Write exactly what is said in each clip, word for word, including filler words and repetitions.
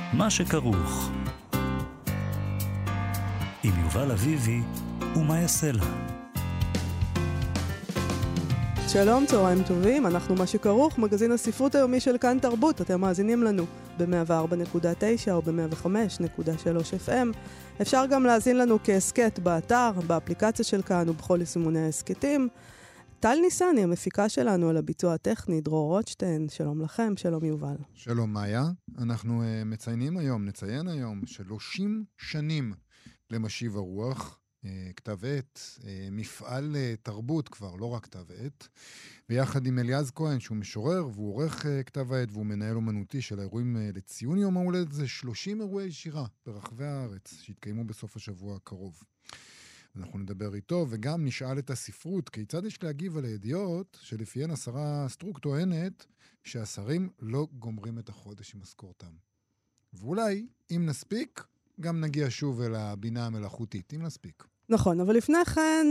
מה שכרוך עם יובל אביבי ומה יעשה לה. שלום, צהריים טובים, אנחנו מה שכרוך, מגזין הספרות היומי של כאן תרבות. אתם מאזינים לנו ב-מאה וארבע נקודה תשע או ב-מאה וחמש נקודה שלוש אף אם. אפשר גם להאזין לנו כעסקט באתר, באפליקציה של כאן ובכל יישומוני העסקטים. טל ניסני, המפיקה שלנו על הביצוע הטכני, דרור רוטשטיין, שלום לכם, שלום יובל. שלום מאיה, אנחנו uh, מציינים היום, נציין היום, שלושים שנים למשיב הרוח, uh, כתב עת, uh, מפעל uh, תרבות כבר, לא רק כתב עת, ביחד עם אליעז כהן שהוא משורר והוא עורך uh, כתב עת והוא מנהל אומנותי של האירועים uh, לציון יום ההולדת, זה שלושים אירועי שירה ברחבי הארץ שהתקיימו בסוף השבוע הקרוב. אנחנו נדבר איתו, וגם נשאל את הספרות, כיצד יש להגיב על הידיעות שלפיהן השרה סטרוק טוענת שהשרים לא גומרים את החודש עם משכורתם. ואולי, אם נספיק, גם נגיע שוב אל הבינה המלאכותית, אם נספיק. נכון, אבל לפני כן,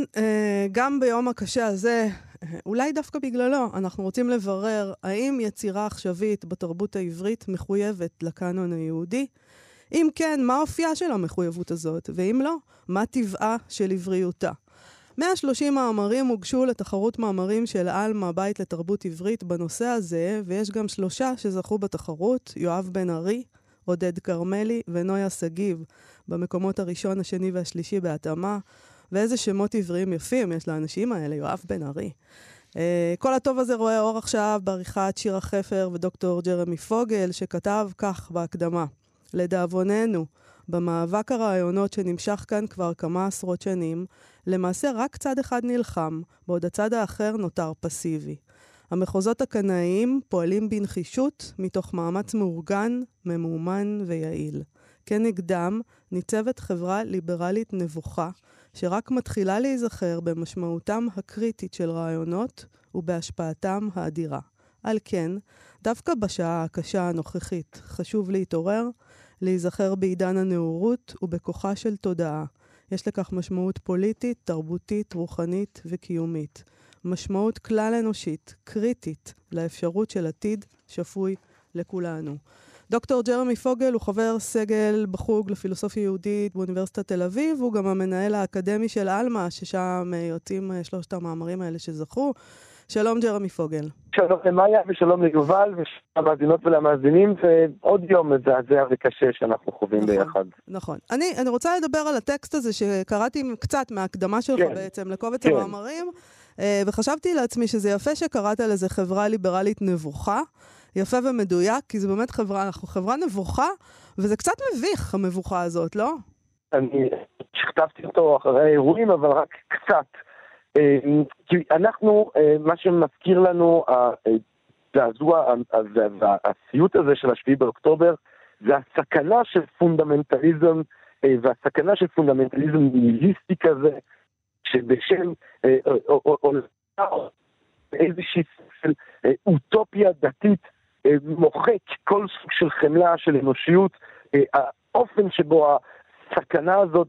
גם ביום הקשה הזה, אולי דווקא בגללו, אנחנו רוצים לברר האם יצירה עכשווית בתרבות העברית מחויבת לקאנון היהודי, אם כן, מה אופייה של המחויבות הזאת? ואם לא, מה טבעה של עבריותה? מאה ושלושים מאמרים הוגשו לתחרות מאמרים של אלמה, בית לתרבות עברית בנושא הזה, ויש גם שלושה שזכו בתחרות, יואב בן ארי, עודד קרמלי ונויה סגיב, במקומות הראשון, השני והשלישי בהתאמה. ואיזה שמות עבריים יפים יש לאנשים האלה, יואב בן ארי. Uh, כל הטוב הזה רואה אור עכשיו בעריכת שירה חפר ודוקטור ג'רמי פוגל, שכתב כך בהקדמה. לדאבוננו, במאבק הרעיונות שנמשך כאן כבר כמה עשרות שנים, למעשה רק צד אחד נלחם, בעוד הצד האחר נותר פסיבי. המחוזות הקנאיים פועלים בנחישות מתוך מאמץ מאורגן, ממומן ויעיל. כנגדם ניצבת חברה ליברלית נבוכה, שרק מתחילה להיזכר במשמעותם הקריטית של רעיונות ובהשפעתם האדירה. על כן, דווקא בשעה הקשה הנוכחית חשוב להתעורר, להיזכר בעידן הנאורות ובכוחה של תודעה. יש לכך משמעות פוליטית, תרבותית, רוחנית וקיומית. משמעות כלל אנושית, קריטית, לאפשרות של עתיד שפוי לכולנו. דוקטור ג'רמי פוגל הוא חבר סגל בחוג לפילוסופיה יהודית באוניברסיטת תל אביב, הוא גם המנהל האקדמי של אלמה, ששם יוצאים שלושת המאמרים האלה שזכו. שלום ג'רמי פוגל. שלום למאיה ושלום ליובל ושלום למאזינות ולמאזינים, ועוד יום מזעזע וקשה שאנחנו חווים נכון, ביחד. נכון. אני, אני רוצה לדבר על הטקסט הזה שקראתי קצת מההקדמה שלך כן. בעצם לקובץ כן. המאמרים, וחשבתי לעצמי שזה יפה שקראת על איזה חברה ליברלית נבוכה, יפה ומדויק, כי זה באמת חברה, אנחנו חברה נבוכה, וזה קצת מביך המבוכה הזאת, לא? אני שכתבתי אותו אחרי האירועים, אבל רק קצת. כי אנחנו, מה שמזכיר לנו, הזעזוע והסיוט הזה של השביעי באוקטובר, זה הסכנה של פונדמנטליזם, והסכנה של פונדמנטליזם ניהיליסטי כזה, שבשם איזושהי של אוטופיה דתית מוחק כל סוג של חמלה, של אנושיות, האופן שבו הסכנה הזאת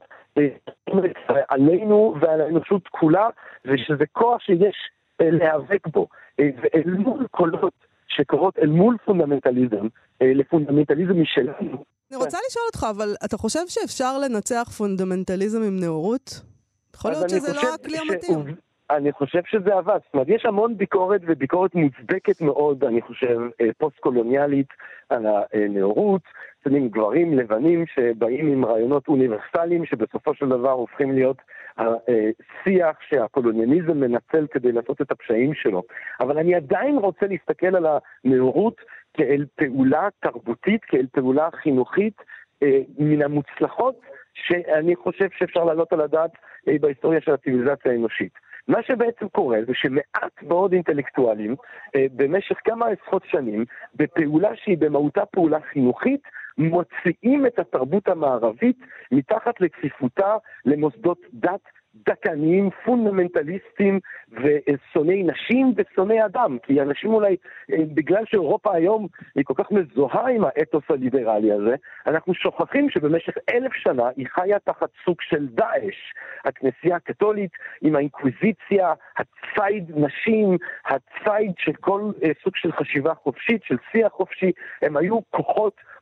עלינו ועל האנושות כולה, ושזה כוח שיש להיאבק בו. ואל מול קולות שקורות אל מול פונדמנטליזם, לפונדמנטליזם משלנו. אני רוצה לשאול אותך, אבל אתה חושב שאפשר לנצח פונדמנטליזם עם נאורות? יכול להיות שזה לא הכלי המתאים. אני חושב שזה עבד. זאת אומרת, יש המון ביקורת, וביקורת מוצדקת מאוד, אני חושב, פוסט-קולוניאלית על הנאורות, צנים גברים לבנים שבאים עם רעיונות אוניברסליים, שבסופו של דבר הופכים להיות השיח שהקולוניאליזם מנצל כדי לעשות את הפשעים שלו. אבל אני עדיין רוצה להסתכל על הנאורות כאל פעולה תרבותית, כאל פעולה חינוכית, מן המוצלחות, שאני חושב שאפשר לעלות על הדעת בהיסטוריה של הציביליזציה האנושית. מה שבעצם קורה זה שמעט מאוד אינטלקטואלים במשך כמה עשרות שנים, בפעולה שהיא במהותה פעולה חינוכית, מוציאים את התרבות המערבית מתחת לכפיפותה למוסדות דת דקניים, פונדמנטליסטים ושונאי נשים ושונאי אדם, כי אנשים אולי, בגלל שאירופה היום היא כל כך מזוהה עם האתוס הליברלי הזה, אנחנו שוכחים שבמשך אלף שנה היא חיה תחת סוג של דאעש, הכנסייה הקתולית עם האינקוויזיציה, הציד נשים, הציד של כל סוג של חשיבה חופשית, של שיח חופשי, הם היו כוחות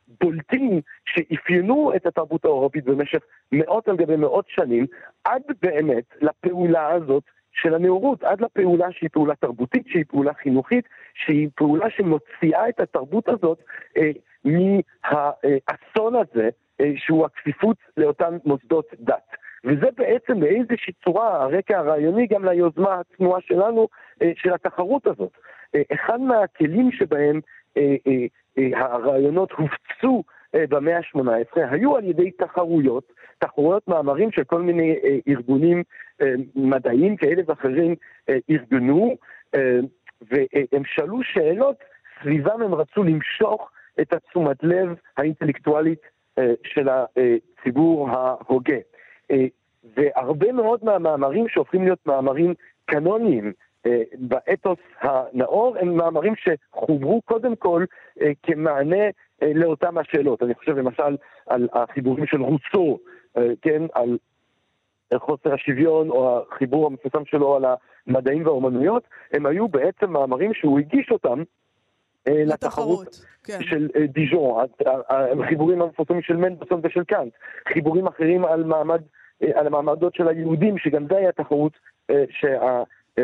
בולטים שאפיינו את התרבות האירופית במשך מאות על גבי מאות שנים, עד באמת לפעולה הזאת של הנאורות, עד לפעולה שהיא פעולה תרבותית, שהיא פעולה חינוכית, שהיא פעולה שמוציאה את התרבות הזאת אה, מהאסון הזה, אה, שהוא הכפיפות לאותן מוסדות דת. וזה בעצם באיזושהי צורה הרקע הרעיוני גם ליוזמה התנועה שלנו אה, של התחרות הזאת. אה, אחד מהכלים שבהם אה, אה, אה, הרעיונות הופצו אה, במאה ה-שמונה עשרה היו על ידי תחרויות, תחרויות מאמרים של כל מיני אה, ארגונים אה, מדעיים כאלה ואחרים אה, ארגנו, אה, והם שאלו שאלות, סביבם הם רצו למשוך את התשומת לב האינטלקטואלית אה, של הציבור ההוגה. אה, והרבה מאוד מהמאמרים שהופכים להיות מאמרים קנוניים אה, באתוס הנאור, הם מאמרים שחוברו קודם כל אה, כמענה אה, לאותם השאלות. אני חושב למשל על החיבורים של רוסו, אה, כן, על חוסר השוויון, או החיבור המפורסם שלו על המדעים והאומנויות, הם היו בעצם מאמרים שהוא הגיש אותם אה, לתחרות כן. של אה, דיז'ון, החיבורים המפורסמים של מנדלסון ושל קאנט, חיבורים אחרים על מעמד על המעמדות של היהודים, שגם זה היה תחרות שה...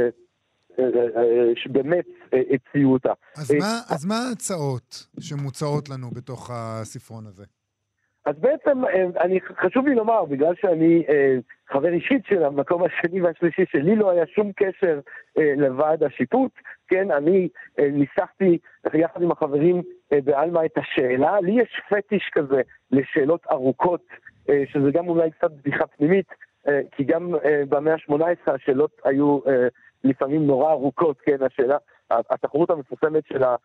שבאמת הציעו אותה. אז מה, אז מה ההצעות שמוצעות לנו בתוך הספרון הזה? אז בעצם, אני, חשוב לי לומר, בגלל שאני חבר אישית של המקום השני והשלישי, שלי לא היה שום קשר לוועד השיפוט, כן, אני ניסחתי יחד עם החברים בעלמה את השאלה, לי יש פטיש כזה לשאלות ארוכות, שזה גם אולי קצת בדיחה פנימית, כי גם במאה ה-שמונה עשרה השאלות היו לפעמים נורא ארוכות, כן, השאלה, התחרות המפורסמת של ה...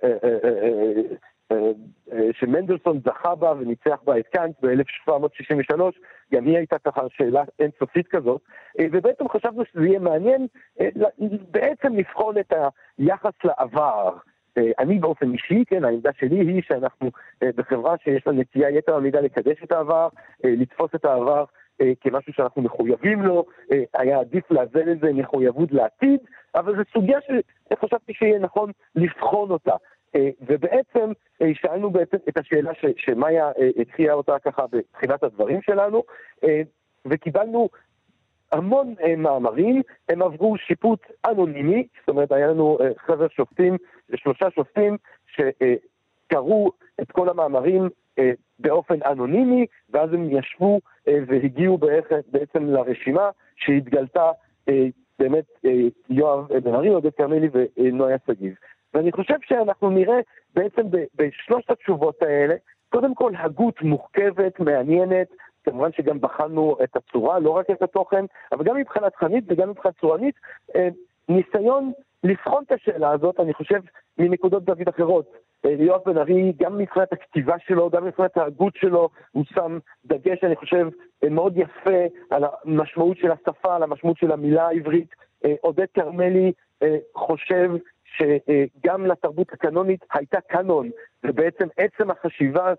שמנדלסון זכה בה וניצח בה את קאנט ב-אלף שבע מאות שישים ושלוש, גם היא הייתה ככה שאלה אינסופית כזאת, ובעצם חשבנו שזה יהיה מעניין בעצם לבחון את היחס לעבר. אני באופן אישי, כן, העמדה שלי היא שאנחנו בחברה שיש לה נטייה יתר המידה לקדש את העבר, לתפוס את העבר כמשהו שאנחנו מחויבים לו, היה עדיף לאזן את זה מחויבות לעתיד, אבל זו סוגיה שחשבתי שיהיה נכון לבחון אותה. ובעצם שאלנו בעצם את השאלה ש, שמאיה התחילה אותה ככה בתחילת הדברים שלנו, וקיבלנו המון מאמרים, הם עברו שיפוט אנונימי, זאת אומרת היה לנו חבר שופטים, שלושה שופטים שקראו את כל המאמרים באופן אנונימי, ואז הם ישבו והגיעו בעצם לרשימה שהתגלתה באמת יואב בן ארי, עודד כרמלי ונויה סגיב. ואני חושב שאנחנו נראה בעצם בשלושת התשובות האלה, קודם כל הגות מורכבת, מעניינת, כמובן שגם בחנו את הצורה, לא רק את התוכן, אבל גם מבחינת תכנית וגם מבחינת צורנית, ניסיון לבחון את השאלה הזאת, אני חושב, מנקודות דוד אחרות. יואב בן ארי, גם מבחינת הכתיבה שלו, גם מבחינת ההגות שלו, הוא שם דגש, אני חושב, מאוד יפה על המשמעות של השפה, על המשמעות של המילה העברית. עודד כרמלי חושב שגם לתרבות הקנונית הייתה קנון, ובעצם עצם החשיבה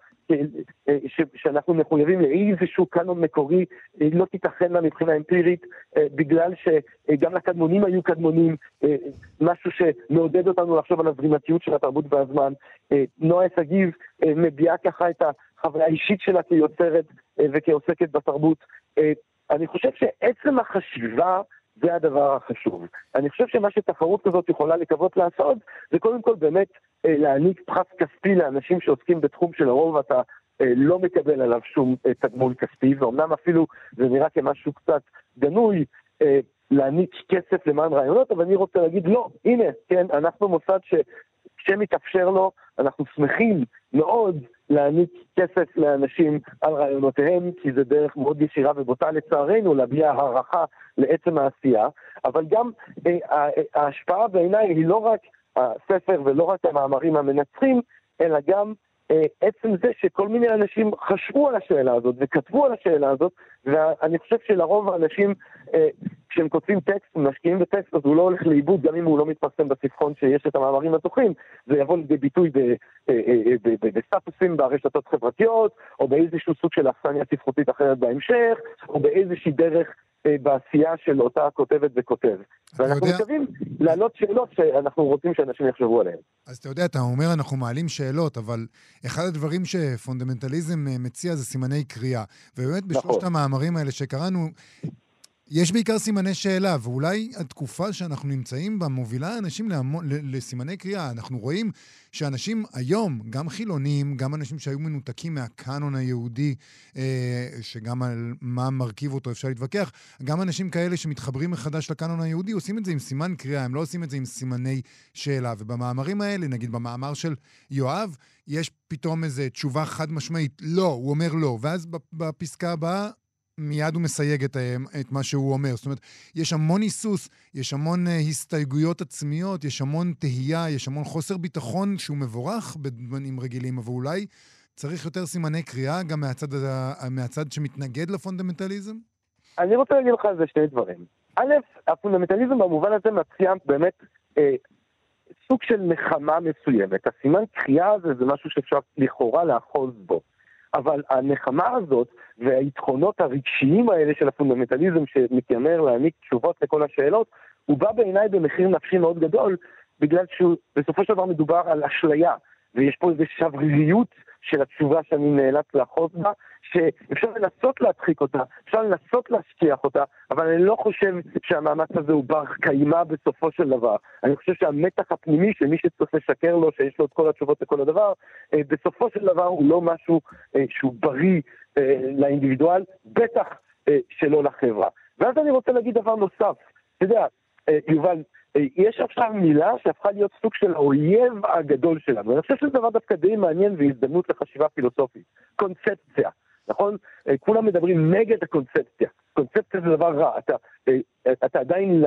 שאנחנו מחויבים לאיזשהו קנון מקורי לא תיתכן לה מבחינה אמפירית, בגלל שגם לקדמונים היו קדמונים, משהו שמעודד אותנו לחשוב על הזרימתיות של התרבות והזמן. נויה סגיב מביאה ככה את החוויה האישית שלה כיוצרת וכעוסקת בתרבות. אני חושב שעצם החשיבה זה הדבר החשוב. אני חושב שמה שתחרות כזאת יכולה לקוות לעשות, זה קודם כל באמת אה, להעניק פרס כספי לאנשים שעוסקים בתחום של הרוב, אתה אה, לא מקבל עליו שום אה, תגמול כספי, ואומנם אפילו זה נראה כמשהו קצת גנוי, אה, להעניק כסף למען רעיונות, אבל אני רוצה להגיד, לא, הנה, כן, אנחנו מוסד שכשמתאפשר לו, אנחנו שמחים מאוד להעניק כסף לאנשים על רעיונותיהם, כי זה דרך מאוד ישירה ובוטה לצערנו להביע הערכה לעצם העשייה, אבל גם אה, ההשפעה בעיניי היא לא רק הספר ולא רק המאמרים המנצחים, אלא גם אה, עצם זה שכל מיני אנשים חשבו על השאלה הזאת וכתבו על השאלה הזאת, ואני חושב שלרוב האנשים אה, כשהם כותבים טקסט, משקיעים בטקסט, אז הוא לא הולך לאיבוד, גם אם הוא לא מתפרסם בספרון שיש את המאמרים הזוכים, זה יבוא לידי ביטוי בסטטוסים ברשתות חברתיות, או באיזשהו סוג של אכסניה ספרותית אחרת בהמשך, או באיזושהי דרך בעשייה של אותה כותבת וכותב. ואנחנו יודע... מקווים להעלות שאלות שאנחנו רוצים שאנשים יחשבו עליהן. אז אתה יודע, אתה אומר, אנחנו מעלים שאלות, אבל אחד הדברים שפונדמנטליזם מציע זה סימני קריאה. ובאמת בשלושת המאמרים האלה שקראנו, יש בעיקר סימני שאלה, ואולי התקופה שאנחנו נמצאים בה מובילה אנשים להמון, לסימני קריאה. אנחנו רואים שאנשים היום, גם חילונים, גם אנשים שהיו מנותקים מהקאנון היהודי, שגם על מה מרכיב אותו אפשר להתווכח, גם אנשים כאלה שמתחברים מחדש לקאנון היהודי, עושים את זה עם סימן קריאה, הם לא עושים את זה עם סימני שאלה. ובמאמרים האלה, נגיד במאמר של יואב, יש פתאום איזו תשובה חד משמעית, לא, הוא אומר לא, ואז בפסקה הבאה, מיד הוא מסייג את, את מה שהוא אומר. זאת אומרת, יש המון היסוס, יש המון uh, הסתייגויות עצמיות, יש המון תהייה, יש המון חוסר ביטחון שהוא מבורך בדברים רגילים, אבל אולי צריך יותר סימני קריאה גם מהצד, מהצד שמתנגד לפונדמנטליזם? אני רוצה להגיד לך על זה שני דברים. א', הפונדמנטליזם במובן הזה מציע באמת אה, סוג של נחמה מסוימת. הסימן קריאה הזה זה משהו שאפשר לכאורה לאחוז בו. אבל הנחמה הזאת והיתרונות הרגשיים האלה של הפונדמנטליזם שמתיימר להעניק תשובות לכל השאלות, הוא בא בעיניי במחיר נפשי מאוד גדול, בגלל שבסופו של דבר מדובר על אשליה, ויש פה איזו שבריריות של התשובה שאני נאלץ לאחוז בה, שאפשר לנסות להדחיק אותה, אפשר לנסות להשכיח אותה, אבל אני לא חושב שהמאמץ הזה הוא בר קיימה בסופו של דבר. אני חושב שהמתח הפנימי של מי שצריך לשקר לו, שיש לו את כל התשובות לכל הדבר, בסופו של דבר הוא לא משהו שהוא בריא לאינדיבידואל, בטח שלא לחברה. ואז אני רוצה להגיד דבר נוסף. אתה יודע, יובל, יש עכשיו מילה שהפכה להיות סוג של האויב הגדול שלנו. אני חושב שזה דבר דווקא די מעניין והזדמנות לחשיבה פילוסופית. קונספציה, נכון? כולם מדברים נגד הקונספציה. קונספציה זה דבר רע. אתה, אתה עדיין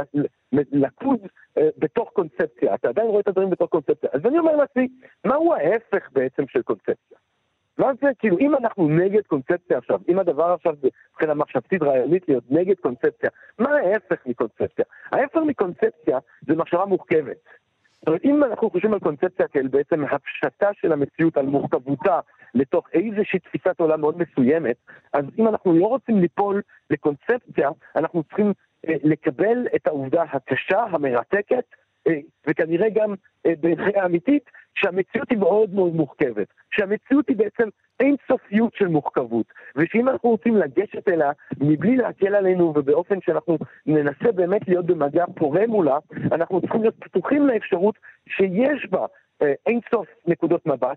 לקוד בתוך קונספציה. אתה עדיין רואה את הדברים בתוך קונספציה. אז אני אומר לעצמי, מהו ההפך בעצם של קונספציה? מה זה, כאילו, אם אנחנו נגד קונספציה עכשיו, אם הדבר עכשיו זה מבחינה מחשבתית רעיונית להיות נגד קונספציה, מה ההפך מקונספציה? ההפך מקונספציה זה מחשבה מורכבת. זאת אומרת, אם אנחנו חושבים על קונספציה כאל בעצם הפשטה של המציאות על מורכבותה לתוך איזושהי תפיסת עולם מאוד מסוימת, אז אם אנחנו לא רוצים ליפול לקונספציה, אנחנו צריכים אה, לקבל את העובדה הקשה, המרתקת, אה, וכנראה גם אה, בעיניי האמיתית, שהמציאות היא מאוד מאוד מורכבת, שהמציאות היא בעצם אין סופיות של מורכבות, ושאם אנחנו רוצים לגשת אליה מבלי להקל עלינו ובאופן שאנחנו ננסה באמת להיות במגע פורה מולה, אנחנו צריכים להיות פתוחים לאפשרות שיש בה אה, אין סוף נקודות מבט,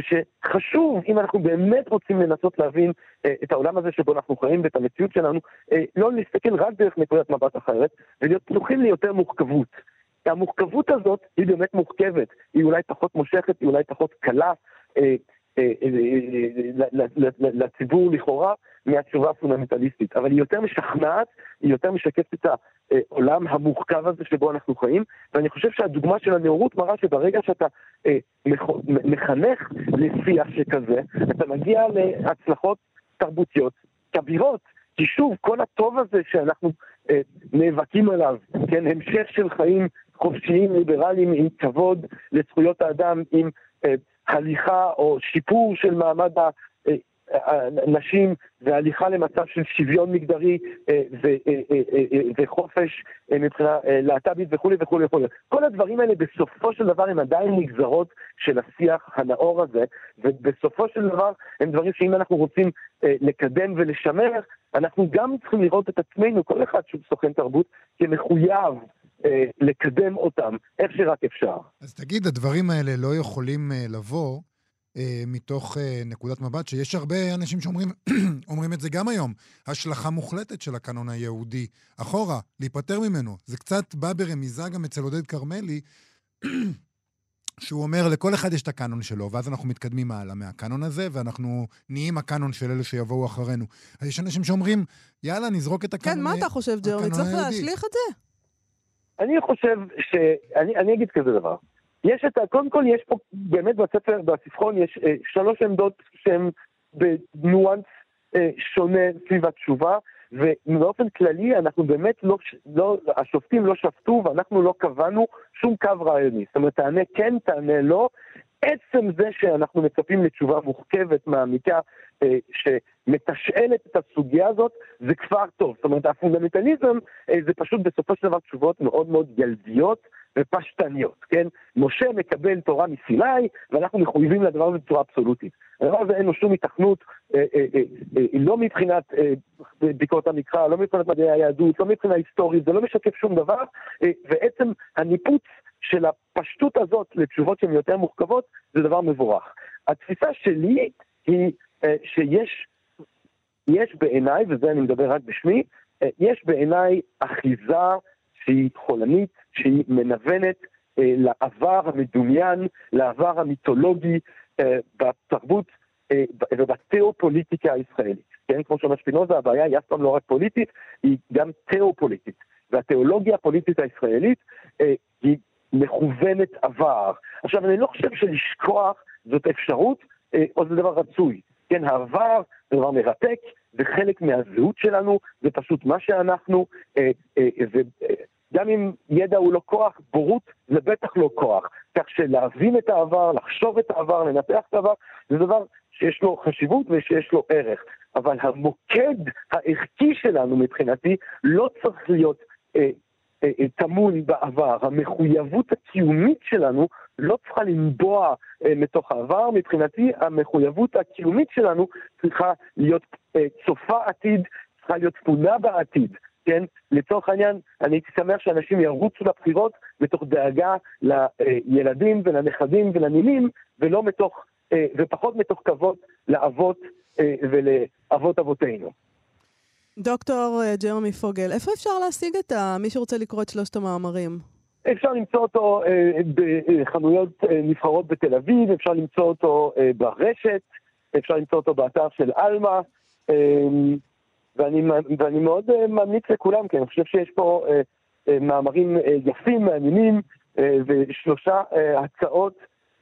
ושחשוב, אם אנחנו באמת רוצים לנסות להבין אה, את העולם הזה שבו אנחנו חיים ואת המציאות שלנו, אה, לא להסתכל רק דרך נקודת מבט אחרת, ולהיות פתוחים ליותר מורכבות. המורכבות הזאת היא באמת מורכבת, היא אולי פחות מושכת, היא אולי פחות קלה אה, אה, אה, אה, לציבור לכאורה מהתשובה הפונדמנטליסטית, אבל היא יותר משכנעת, היא יותר משקפת את העולם המורכב הזה שבו אנחנו חיים, ואני חושב שהדוגמה של הנאורות מראה שברגע שאתה אה, מחנך לשיח שכזה, אתה מגיע להצלחות תרבותיות כבירות, כי שוב, כל הטוב הזה שאנחנו אה, נאבקים עליו, כן, המשך של חיים חופשיים, ליברליים, עם כבוד לזכויות האדם, עם אה, הליכה או שיפור של מעמד הנשים, והליכה למצב של שוויון מגדרי אה, ו, אה, אה, אה, וחופש אה, מבחינה אה, להט"בית וכו' וכו' וכו'. כל הדברים האלה בסופו של דבר הם עדיין נגזרות של השיח הנאור הזה, ובסופו של דבר הם דברים שאם אנחנו רוצים אה, לקדם ולשמר, אנחנו גם צריכים לראות את עצמנו, כל אחד שהוא סוכן תרבות, כמחויב אה, לקדם אותם, איך שרק אפשר. אז תגיד, הדברים האלה לא יכולים אה, לבוא אה, מתוך אה, נקודת מבט, שיש הרבה אנשים שאומרים אומרים את זה גם היום, השלכה מוחלטת של הקאנון היהודי, אחורה, להיפטר ממנו. זה קצת בא ברמיזה גם אצל עודד קרמלי, שהוא אומר, לכל אחד יש את הקאנון שלו, ואז אנחנו מתקדמים מעלה מהקאנון הזה, ואנחנו נהיים הקאנון של אלה שיבואו אחרינו. אז יש אנשים שאומרים, יאללה, נזרוק את הקאנון היהודי. כן, מה אתה חושב, ג'רמי? צריך להשליך את זה? אני חושב ש... אני, אני אגיד כזה דבר. יש את ה... קודם כל, יש פה באמת בספר, בספרון, יש אה, שלוש עמדות שהן בניואנס אה, שונה סביב התשובה, ובאופן כללי אנחנו באמת לא, לא, השופטים לא שפטו ואנחנו לא קבענו שום קו רעיוני. זאת אומרת, תענה כן, תענה לא, עצם זה שאנחנו מצפים לתשובה מורכבת, מעמיקה, שמתשאלת את הסוגיה הזאת, זה כבר טוב. זאת אומרת, הפונדמנטליזם זה פשוט בסופו של דבר תשובות מאוד מאוד ילדיות ופשטניות, כן? משה מקבל תורה מסיני, ואנחנו מחויבים לדבר הזה בצורה אבסולוטית. הדבר הזה אין לו שום התכנות, לא מבחינת ביקורת המקרא, לא מבחינת מדעי היהדות, לא מבחינה היסטורית, זה לא משקף שום דבר, ועצם הניפוץ של הפשטות הזאת לתשובות שהן יותר מורכבות, זה דבר מבורך. התפיסה שלי היא שיש יש בעיניי, וזה אני מדבר רק בשמי, יש בעיניי אחיזה שהיא חולנית, שהיא מנוונת לעבר המדומיין, לעבר המיתולוגי, בתרבות ובתיאופוליטיקה הישראלית. כן, כמו שאומר שפינוזה, הבעיה היא אף פעם לא רק פוליטית, היא גם תיאופוליטית. והתיאולוגיה הפוליטית הישראלית היא מכוונת עבר. עכשיו, אני לא חושב שלשכוח זאת אפשרות, או זה דבר רצוי. כן, העבר זה דבר מרתק, זה חלק מהזהות שלנו, זה פשוט מה שאנחנו, וגם אם ידע הוא לא כוח, בורות זה בטח לא כוח. כך שלהבין את העבר, לחשוב את העבר, לנתח את העבר, זה דבר שיש לו חשיבות ושיש לו ערך. אבל המוקד הערכי שלנו מבחינתי לא צריך להיות תמון בעבר. המחויבות הקיומית שלנו לא צריכה לנבוע מתוך העבר. מבחינתי המחויבות הקיומית שלנו צריכה להיות צופה עתיד, צריכה להיות תפונה בעתיד. כן? לצורך העניין, אני הייתי שמח שאנשים ירוצו לבחירות מתוך דאגה לילדים ולנכדים ולנינים, ולא מתוך, ופחות מתוך כבוד לאבות ולאבות אבותינו. דוקטור ג'רמי פוגל, איפה אפשר להשיג את מי שרוצה לקרוא את שלושת המאמרים? אפשר למצוא אותו בחנויות נבחרות בתל אביב, אפשר למצוא אותו ברשת, אפשר למצוא אותו באתר של אלמה, ואני, ואני מאוד ממליץ לכולם, כי אני חושב שיש פה מאמרים יפים, מעניינים, ושלושה הצעות,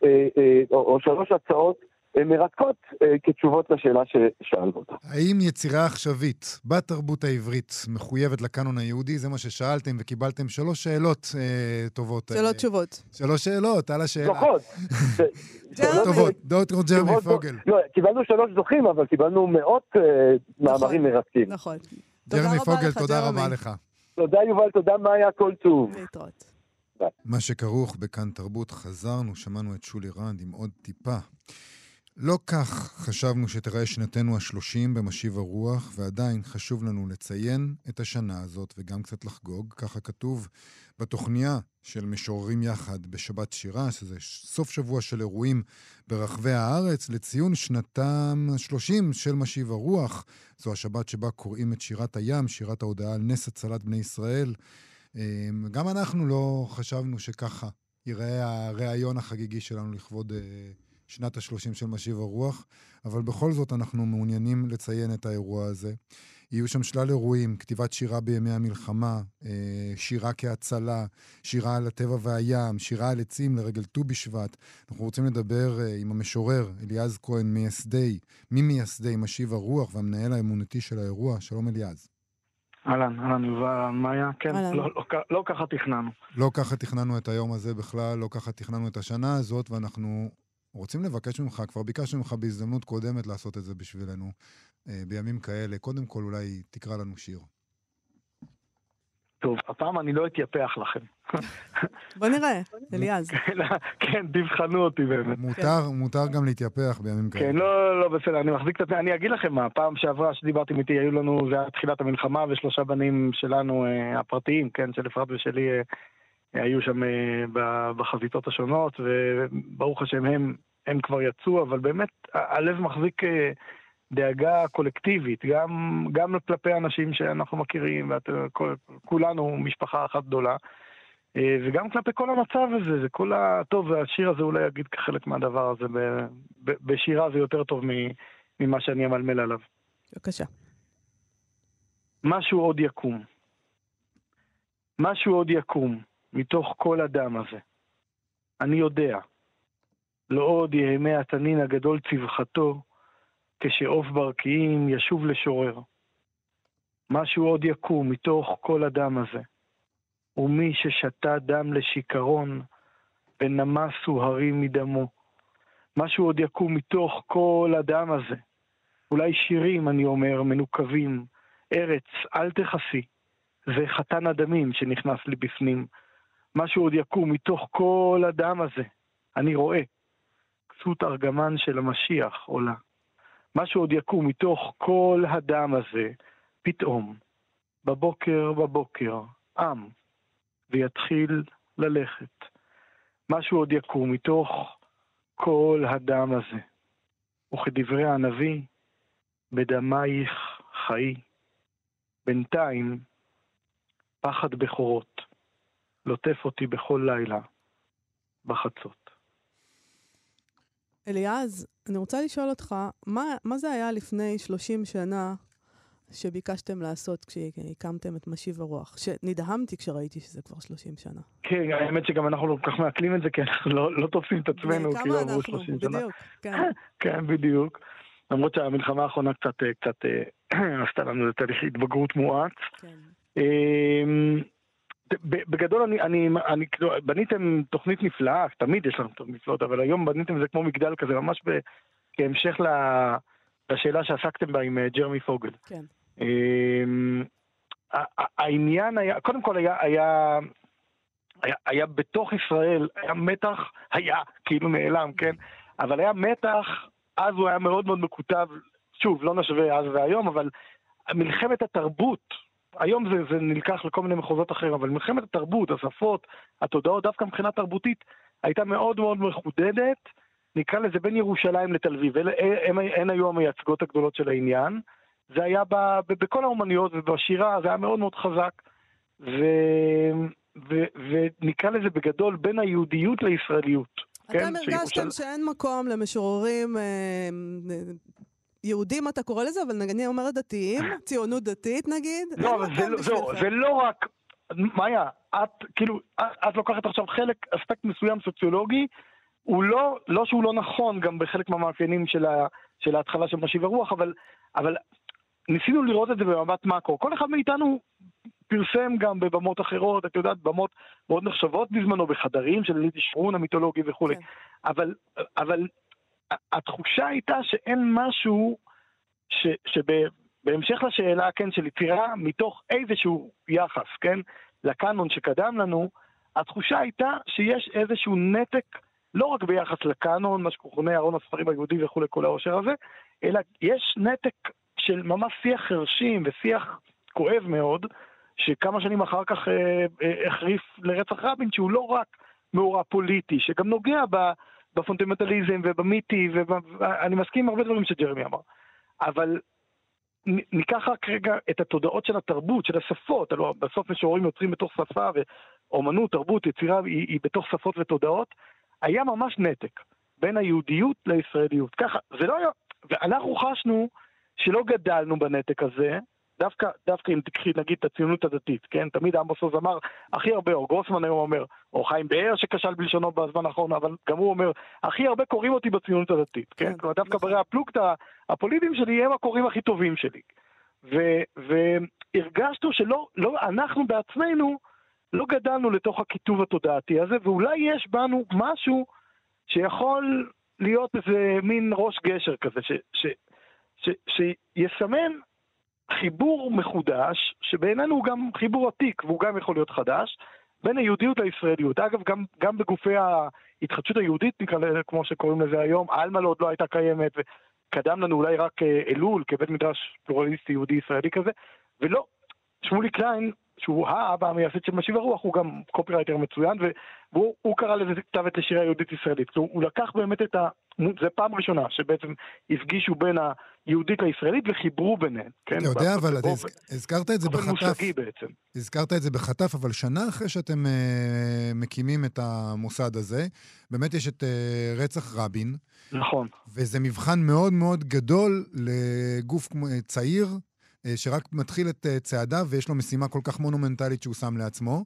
או שלוש הצעות מרתקות כתשובות לשאלה ששאלת אותה. האם יצירה עכשווית בתרבות העברית מחויבת לקאנון היהודי? זה מה ששאלתם וקיבלתם שלוש שאלות טובות. שלוש תשובות. שלוש שאלות על השאלה. זוכות. טובות, דוקטור ג'רמי פוגל. לא, קיבלנו שלוש זוכים, אבל קיבלנו מאות מאמרים מרתקים. נכון. ג'רמי פוגל, תודה רבה לך. תודה יובל, תודה מאיה, כל טוב. להתראות. מה שכרוך בכאן תרבות, חזרנו, שמענו את שולי רנד עם עוד טיפה. לא כך חשבנו שתראה שנתנו השלושים במשיב הרוח, ועדיין חשוב לנו לציין את השנה הזאת וגם קצת לחגוג. ככה כתוב בתוכניה של משוררים יחד בשבת שירה, שזה סוף שבוע של אירועים ברחבי הארץ, לציון שנתם השלושים של משיב הרוח. זו השבת שבה קוראים את שירת הים, שירת ההודעה על נס הצלת בני ישראל. גם אנחנו לא חשבנו שככה ייראה הרעיון החגיגי שלנו לכבוד שנת השלושים של משיב הרוח, אבל בכל זאת אנחנו מעוניינים לציין את האירוע הזה. יהיו שם שלל אירועים, כתיבת שירה בימי המלחמה, שירה כהצלה, שירה על הטבע והים, שירה על עצים לרגל ט"ו בשבט. אנחנו רוצים לדבר עם המשורר אליעז כהן, מייסדי, ממייסדי משיב הרוח והמנהל האמונתי של האירוע. שלום אליעז. אהלן, אהלן יובל, מאיה, כן, לא, לא, לא, לא ככה תכננו. לא ככה תכננו את היום הזה בכלל, לא ככה תכננו את השנה הזאת, ואנחנו רוצים לבקש ממך, כבר ביקשנו ממך בהזדמנות קודמת לעשות את זה בשבילנו, בימים כאלה. קודם כל אולי תקרא לנו שיר. טוב, הפעם אני לא אתייפח לכם. בוא נראה, אליעז. כן, תבחנו אותי באמת. מותר, מותר גם להתייפח בימים כאלה. כן, לא, לא, בסדר, אני מחזיק קצת, אני אגיד לכם מה, פעם שעברה שדיברתם איתי, היו לנו, זה היה תחילת המלחמה, ושלושה בנים שלנו הפרטיים, כן, של אפרת ושלי, היו שם בחזיתות השונות, וברוך השם הם, הם כבר יצאו, אבל באמת הלב מחזיק דאגה קולקטיבית, גם, גם כלפי אנשים שאנחנו מכירים, וכולנו משפחה אחת גדולה, וגם כלפי כל המצב הזה, זה כל ה... טוב, השיר הזה אולי יגיד כחלק מהדבר הזה, ב, ב, בשירה זה יותר טוב ממה שאני אמלמל עליו. בבקשה. משהו עוד יקום. משהו עוד יקום. מתוך כל אדם הזה. אני יודע, לא עוד יהמי התנין הגדול צווחתו, כשעוף ברקיעים ישוב לשורר. משהו עוד יקום מתוך כל אדם הזה, ומי ששתה דם לשיקרון, ונמסו הרים מדמו, משהו עוד יקום מתוך כל הדם הזה. אולי שירים, אני אומר, מנוקבים. ארץ, אל תחסי. זה חתן הדמים שנכנס לי בפנים. משהו עוד יקום מתוך כל הדם הזה. אני רואה. כסות ארגמן של המשיח עולה. משהו עוד יקום מתוך כל הדם הזה. פתאום. בבוקר, בבוקר. עם. ויתחיל ללכת. משהו עוד יקום מתוך כל הדם הזה. וכדברי הנביא, בדמייך חיי. בינתיים, פחד בחורות, לוטף אותי בכל לילה, בחצות. אליעז, אני רוצה לשאול אותך, מה, מה זה היה לפני שלושים שנה שביקשתם לעשות כשהקמתם את משיב הרוח? שנדהמתי כשראיתי שזה כבר שלושים שנה. כן, האמת שגם אנחנו לא כל כך מעכלים את זה, כי אנחנו לא, לא תופסים את עצמנו, כי לא עברו שלושים שנה. בדיוק, כן. כן, בדיוק. למרות שהמלחמה האחרונה קצת, קצת עשתה לנו את תהליך התבגרות מואץ. כן. בגדול, אני, אני, אני, בניתם תוכנית נפלאה, תמיד יש לנו תוכנית נפלאות, אבל היום בניתם זה כמו מגדל כזה, ממש כהמשך לשאלה שעסקתם בה עם ג'רמי פוגל. כן. העניין היה, קודם כל היה, היה, היה, היה בתוך ישראל, היה מתח, היה, כאילו נעלם, כן? אבל היה מתח, אז הוא היה מאוד מאוד מקוטב, שוב, לא נשווה אז והיום, אבל מלחמת התרבות, היום זה, זה נלקח לכל מיני מחוזות אחרים, אבל מלחמת התרבות, השפות, התודעות, דווקא מבחינה תרבותית, הייתה מאוד מאוד מחודדת, נקרא לזה בין ירושלים לתל אביב, הן היו המייצגות הגדולות של העניין, זה היה ב, ב, בכל האומניות ובשירה, זה היה מאוד מאוד חזק, ו, ו, ונקרא לזה בגדול בין היהודיות לישראליות. אתם הרגשתם שאין מקום למשוררים אה, יהודים, אתה קורא לזה, אבל נגיד אני אומרת דתיים, ציונות דתית נגיד. לא, אבל זה, זה, זה לא רק, מאיה, את, כאילו, את, את לוקחת עכשיו חלק, אספקט מסוים סוציולוגי, הוא לא, לא שהוא לא נכון גם בחלק מהמאפיינים של, ה, של ההתחלה של משיב הרוח, אבל, אבל ניסינו לראות את זה במבט מקרו. כל אחד מאיתנו פרסם גם בבמות אחרות, את יודעת, במות מאוד נחשבות בזמנו, בחדרים של ליטי שרון המיתולוגי וכו'. כן. אבל, אבל התחושה הייתה שאין משהו ש, שבהמשך לשאלה, כן, של יצירה מתוך איזשהו יחס, כן, לקנון שקדם לנו, התחושה הייתה שיש איזשהו נתק, לא רק ביחס לקנון, מה שכונה ארון הספרים היהודי וכו' כל העושר הזה, אלא יש נתק של ממש שיח חרשים ושיח כואב מאוד, שכמה שנים אחר כך אה, אה, החריף לרצח רבין, שהוא לא רק מאורע פוליטי, שגם נוגע בפונדמנטליזם ובמיתי, ואני מסכים עם הרבה דברים שג'רמי אמר. אבל ניקח רק רגע את התודעות של התרבות, של השפות, אלו, בסוף משוררים יוצרים בתוך שפה, ואומנות, תרבות, יצירה היא, היא בתוך שפות ותודעות, היה ממש נתק בין היהודיות לישראליות. ככה, זה לא היה, ואנחנו חשנו שלא גדלנו בנתק הזה, דווקא, דווקא אם תקחי נגיד את הציונות הדתית, כן? תמיד עמוס עוז אמר הכי הרבה, או גרוסמן היום אומר, או חיים באר שכשל בלשונו בזמן האחרון, אבל גם הוא אומר, הכי הרבה קוראים אותי בציונות הדתית, כן? כן, כלומר, דווקא ברי הפלוגתא הפוליטיים שלי הם הקוראים הכי טובים שלי. והרגשנו שלא, לא, אנחנו בעצמנו לא גדלנו לתוך הכיתוב התודעתי הזה, ואולי יש בנו משהו שיכול להיות איזה מין ראש גשר כזה, ש, ש, ש, שיסמן חיבור מחודש, שבעינינו הוא גם חיבור עתיק, והוא גם יכול להיות חדש, בין היהודיות לישראליות. אגב, גם, גם בגופי ההתחדשות היהודית, נקרא לזה, כמו שקוראים לזה היום, אלמה לא עוד לא הייתה קיימת, וקדם לנו אולי רק אלול, כבית מדרש פלורליסטי יהודי-ישראלי כזה, ולא, שמולי קליין, שהוא האבא המייסד של משיב הרוח, הוא גם קופירייטר מצוין, והוא הוא קרא לזה כתבת לשירה יהודית-ישראלית. הוא, הוא לקח באמת את ה... זה פעם ראשונה שבעצם הפגישו בין היהודית לישראלית וחיברו ביניהן. אתה יודע, אבל הזכרת את זה בחטף. בעצם. הזכרת את זה בחטף, אבל שנה אחרי שאתם מקימים את המוסד הזה, באמת יש את רצח רבין. נכון. וזה מבחן מאוד מאוד גדול לגוף צעיר, שרק מתחיל את צעדיו, ויש לו משימה כל כך מונומנטלית שהוא שם לעצמו.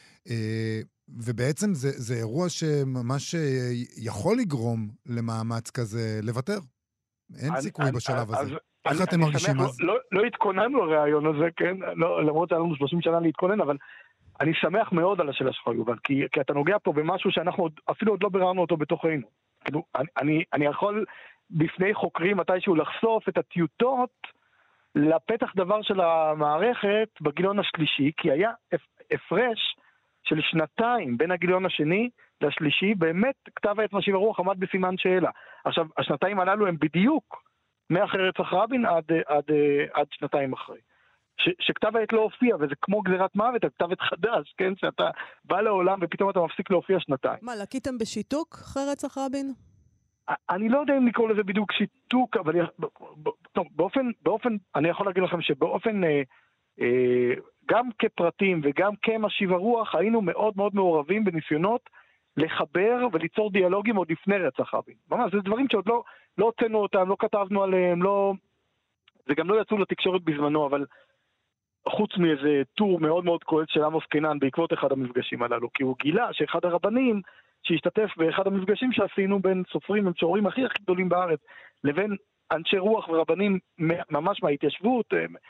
ובעצם זה, זה אירוע שממש יכול לגרום למאמץ כזה לוותר. אין אני, סיכוי אני, בשלב אז, הזה. אז, איך אני, אתם אני מרגישים אז? לא, לא התכוננו הרעיון הזה, כן? לא, למרות שהיה לנו שלושים שנה להתכונן, אבל אני שמח מאוד על השאלה שלך, יובל, כי, כי אתה נוגע פה במשהו שאנחנו אפילו עוד לא ביררנו אותו בתוכנו. כאילו, אני, אני, אני יכול בפני חוקרים מתישהו לחשוף את הטיוטות לפתח דבר של המערכת בגיליון השלישי, כי היה הפרש של שנתיים בין הגיליון השני לשלישי, באמת כתב עת משיב הרוח עמד בסימן שאלה. עכשיו, השנתיים הללו הם בדיוק מאחרי רצח רבין עד, עד, עד שנתיים אחרי. ש, שכתב העת לא הופיע, וזה כמו גזירת מוות, כתב עת חדש, כן? שאתה בא לעולם ופתאום אתה מפסיק להופיע שנתיים. מה, לקיתם בשיתוק אחרי רצח רבין? אני לא יודע אם לקרוא לזה בדיוק שיתוק, אבל טוב, באופן, באופן, אני יכול להגיד לכם שבאופן, אה, אה, גם כפרטים וגם כמשיב הרוח, היינו מאוד מאוד מעורבים בניסיונות לחבר וליצור דיאלוגים עוד לפני רצח רבין. ממש, זה דברים שעוד לא, לא הוצאנו אותם, לא כתבנו עליהם, לא, זה גם לא יצאו לתקשורת בזמנו, אבל חוץ מאיזה טור מאוד מאוד כואב של עמוס קינן בעקבות אחד המפגשים הללו, כי הוא גילה שאחד הרבנים שהשתתף באחד המפגשים שעשינו בין סופרים ומשוררים הכי הכי גדולים בארץ, לבין אנשי רוח ורבנים ממש מההתיישבות,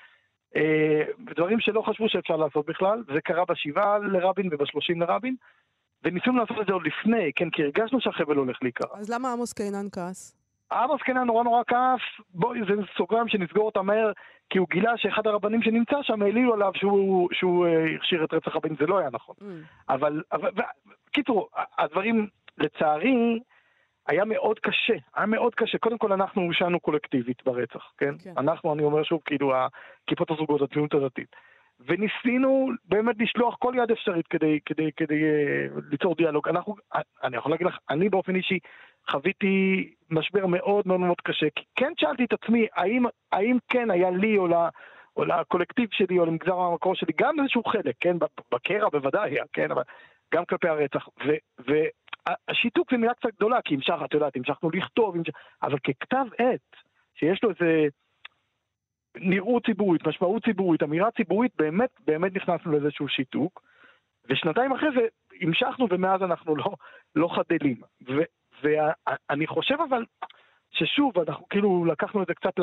דברים שלא חשבו שאפשר לעשות בכלל. זה קרה בשבעה לרבין ובשלושים לרבין, וניסינו לעשות את זה עוד לפני, כן, כי הרגשנו שהחבל הולך להיקרא. אז למה עמוס קינן כעס? עמוס קינן נורא נורא כעס, בואי, זה סוגרם שנסגור אותה מהר, כי הוא גילה שאחד הרבנים שנמצא שם העלילו עליו שהוא, שהוא הכשיר את רצח רבין, זה לא היה נכון. Mm. אבל, אבל קיצור, הדברים לצערי היה מאוד קשה, היה מאוד קשה. קודם כל אנחנו הושענו קולקטיבית ברצח, כן? כן. אנחנו, אני אומר שוב, כאילו, הכיפות הזוגות, הציונות הדתית. וניסינו באמת לשלוח כל יד אפשרית כדי, כדי, כדי uh, ליצור דיאלוג. אנחנו, אני יכול להגיד לך, אני באופן אישי חוויתי משבר מאוד מאוד מאוד קשה, כי כן שאלתי את עצמי, האם, האם כן היה לי או, לה, או לקולקטיב שלי או למגזר המקור שלי, גם איזשהו חלק, כן? בקרע בוודאי, כן? אבל גם כלפי הרצח. ו, והשיתוק זה מילה קצת גדולה, כי המשך, את יודעת, המשכנו לכתוב, המשך, אבל ככתב עת, שיש לו איזה נראות ציבורית, משמעות ציבורית, אמירה ציבורית, באמת, באמת נכנסנו לאיזשהו שיתוק, ושנתיים אחרי זה המשכנו, ומאז אנחנו לא, לא חדלים. ו, ואני חושב אבל, ששוב, אנחנו כאילו לקחנו את זה קצת ל...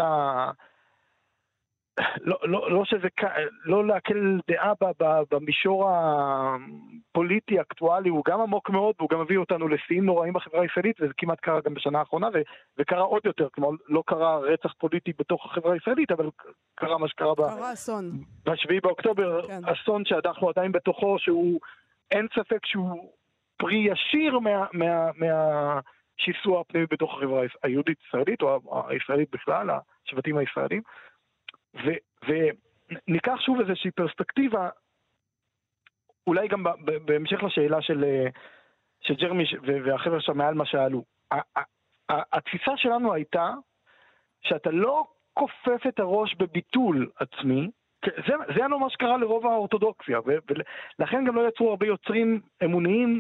לא, לא, לא שזה, לא להקל דעה במישור הפוליטי, אקטואלי, הוא גם עמוק מאוד, והוא גם מביא אותנו לשיאים נוראים בחברה הישראלית, וזה כמעט קרה גם בשנה האחרונה, וקרה עוד יותר, כמו לא קרה רצח פוליטי בתוך החברה הישראלית, אבל קרה מה שקרה בשביעי באוקטובר, כן. אסון שאנחנו עדיין בתוכו, שהוא, אין ספק שהוא פרי ישיר מה, מה, מהשיסוע הפנימי בתוך החברה היהודית ישראלית, או הישראלית בכלל, השבטים הישראלים, וניקח שוב איזושהי פרספקטיבה, אולי גם בהמשך לשאלה של, של ג'רמי והחבר'ה שם מעל מה שאלו. התפיסה שלנו הייתה שאתה לא כופף את הראש בביטול עצמי, זה, זה היה לא מה שקרה לרוב האורתודוקסיה, ולכן גם לא יצרו הרבה יוצרים אמוניים,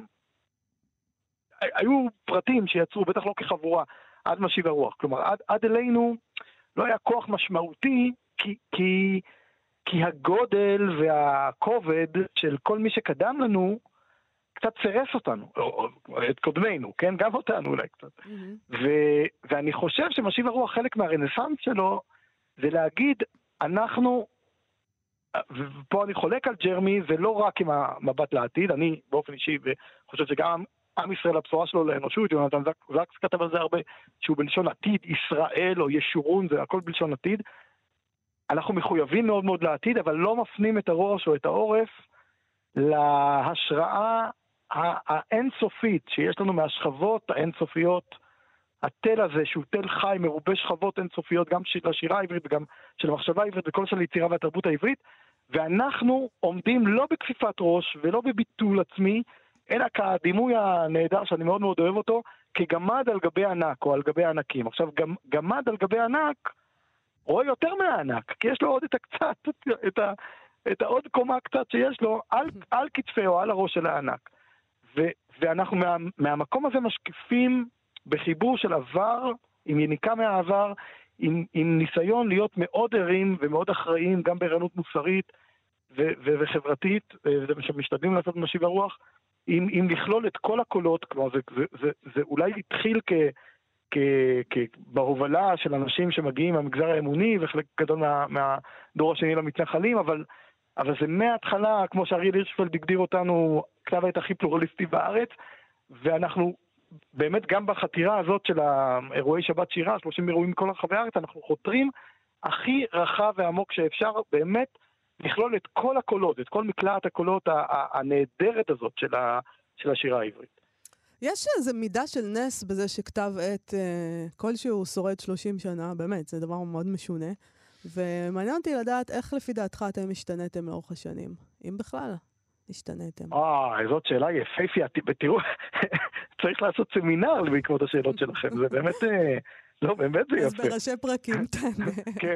היו פרטים שיצרו, בטח לא כחבורה, עד משיב הרוח. כלומר, עד, עד אלינו לא היה כוח משמעותי, כי, כי, כי הגודל והכובד של כל מי שקדם לנו קצת צירף אותנו, או, או את קודמינו, כן? גם אותנו אולי קצת. Mm-hmm. ו, ואני חושב שמשיב הרוח חלק מהרנסנס שלו, זה להגיד, אנחנו, ופה אני חולק על ג'רמי, זה לא רק עם המבט לעתיד, אני באופן אישי חושב שגם עם ישראל הבשורה שלו לאנושות, יונתן זקס כתב על זה הרבה, שהוא בלשון עתיד, ישראל או ישורון, זה הכל בלשון עתיד. אנחנו מחויבים מאוד מאוד לעתיד, אבל לא מפנים את הראש או את העורף להשראה האינסופית שיש לנו מהשכבות האינסופיות, התל הזה שהוא תל חי, מרובה שכבות אינסופיות, גם של השירה העברית וגם של המחשבה העברית וכל של היצירה והתרבות העברית, ואנחנו עומדים לא בכפיפת ראש ולא בביטול עצמי, אלא כדימוי הנהדר שאני מאוד מאוד אוהב אותו, כגמד על גבי ענק או על גבי ענקים. עכשיו, גמד על גבי ענק רואה יותר מהענק, כי יש לו עוד את הקצת, את, ה, את העוד קומה קצת שיש לו על, על כתפי או על הראש של הענק. ו, ואנחנו מה, מהמקום הזה משקיפים בחיבור של עבר, עם יניקה מהעבר, עם, עם ניסיון להיות מאוד ערים ומאוד אחראיים, גם בערנות מוסרית ו, ו, וחברתית, וזה שמשתדלים לעשות במשיב הרוח, עם, עם לכלול את כל הקולות, כלומר זה, זה, זה, זה אולי התחיל כ... בהובלה של אנשים שמגיעים מהמגזר האמוני וחלק גדול מה, מהדור השני למתנחלים, אבל, אבל זה מההתחלה, כמו שאריאל הירשפלד הגדיר אותנו, כתב העת הכי פלורליסטי בארץ, ואנחנו באמת גם בחתירה הזאת של האירועי שבת שירה, שלושים אירועים מכל רחבי הארץ, אנחנו חותרים הכי רחב ועמוק שאפשר באמת לכלול את כל הקולות, את כל מקלעת הקולות הנהדרת הזאת של, ה, של השירה העברית. יש איזו מידה של נס בזה שכתב עת אה, כלשהו שורד שלושים שנה, באמת, זה דבר מאוד משונה. ומעניין אותי לדעת איך לפי דעתך אתם השתנתם לאורך השנים, אם בכלל השתנתם. אה, זאת שאלה יפהפייה, תראו, צריך לעשות סמינר בעקבות השאלות שלכם, זה באמת, לא, באמת זה יפה. אז בראשי פרקים, תענה. כן.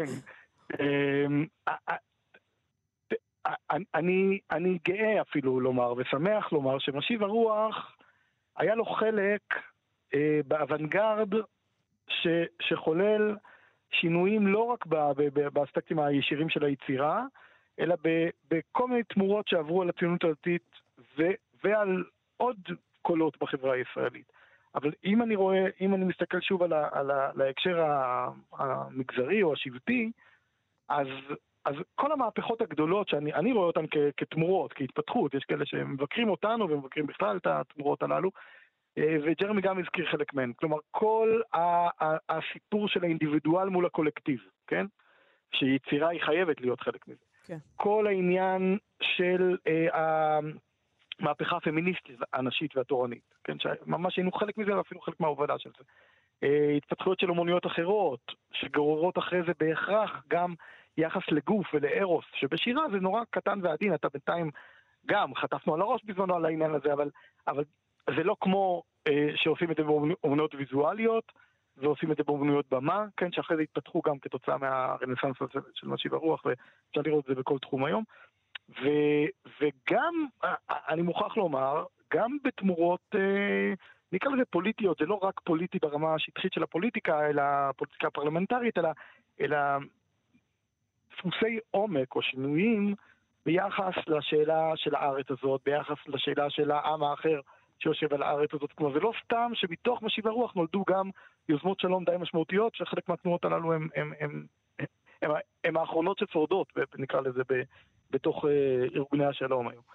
אני, אני גאה אפילו לומר, ושמח לומר, שמשיב הרוח היה לו חלק אה, באוונגרד ש, שחולל שינויים לא רק ב, ב, ב, באספקטים הישירים של היצירה, אלא ב, בכל מיני תמורות שעברו על הציונות הדתית ו, ועל עוד קולות בחברה הישראלית. אבל אם אני רואה, אם אני מסתכל שוב על, ה, על, ה, על ההקשר המגזרי או השבטי, אז אז כל המהפכות הגדולות שאני אני רואה אותן כ, כתמורות, כהתפתחות, יש כאלה שמבקרים אותנו ומבקרים בכלל את התמורות הללו, וג'רמי גם הזכיר חלק מהן. כלומר, כל ה- ה- הסיפור של האינדיבידואל מול הקולקטיב, כן? שיצירה היא חייבת להיות חלק מזה. כן. כל העניין של אה, המהפכה הפמיניסטית, הנשית והתורנית, כן? שממש היינו חלק מזה ואפילו חלק מההובלה של זה. אה, התפתחויות של אומנויות אחרות, שגוררות אחרי זה בהכרח גם יחס לגוף ולארוס, שבשירה זה נורא קטן ועדין, אתה בינתיים גם חטפנו על הראש בזמנו על העניין הזה, אבל, אבל זה לא כמו אה, שעושים את זה באומנויות ויזואליות, ועושים את זה באומנויות במה, כן, שאחרי זה התפתחו גם כתוצאה מהרנסנס של משיב הרוח, ואפשר לראות את זה בכל תחום היום. ו, וגם, אני מוכרח לומר, גם בתמורות, אה, נקרא לזה פוליטיות, זה לא רק פוליטי ברמה השטחית של הפוליטיקה, אלא פוליטיקה פרלמנטרית, אלא, אלא דפוסי עומק או שינויים ביחס לשאלה של הארץ הזאת, ביחס לשאלה של העם האחר שיושב על הארץ הזאת. כלומר, זה לא סתם שמתוך משיב הרוח נולדו גם יוזמות שלום די משמעותיות, שחלק מהתנועות הללו הם, הם, הם, הם, הם, הם האחרונות שצורדות, נקרא לזה, ב, בתוך ארגוני השלום היום.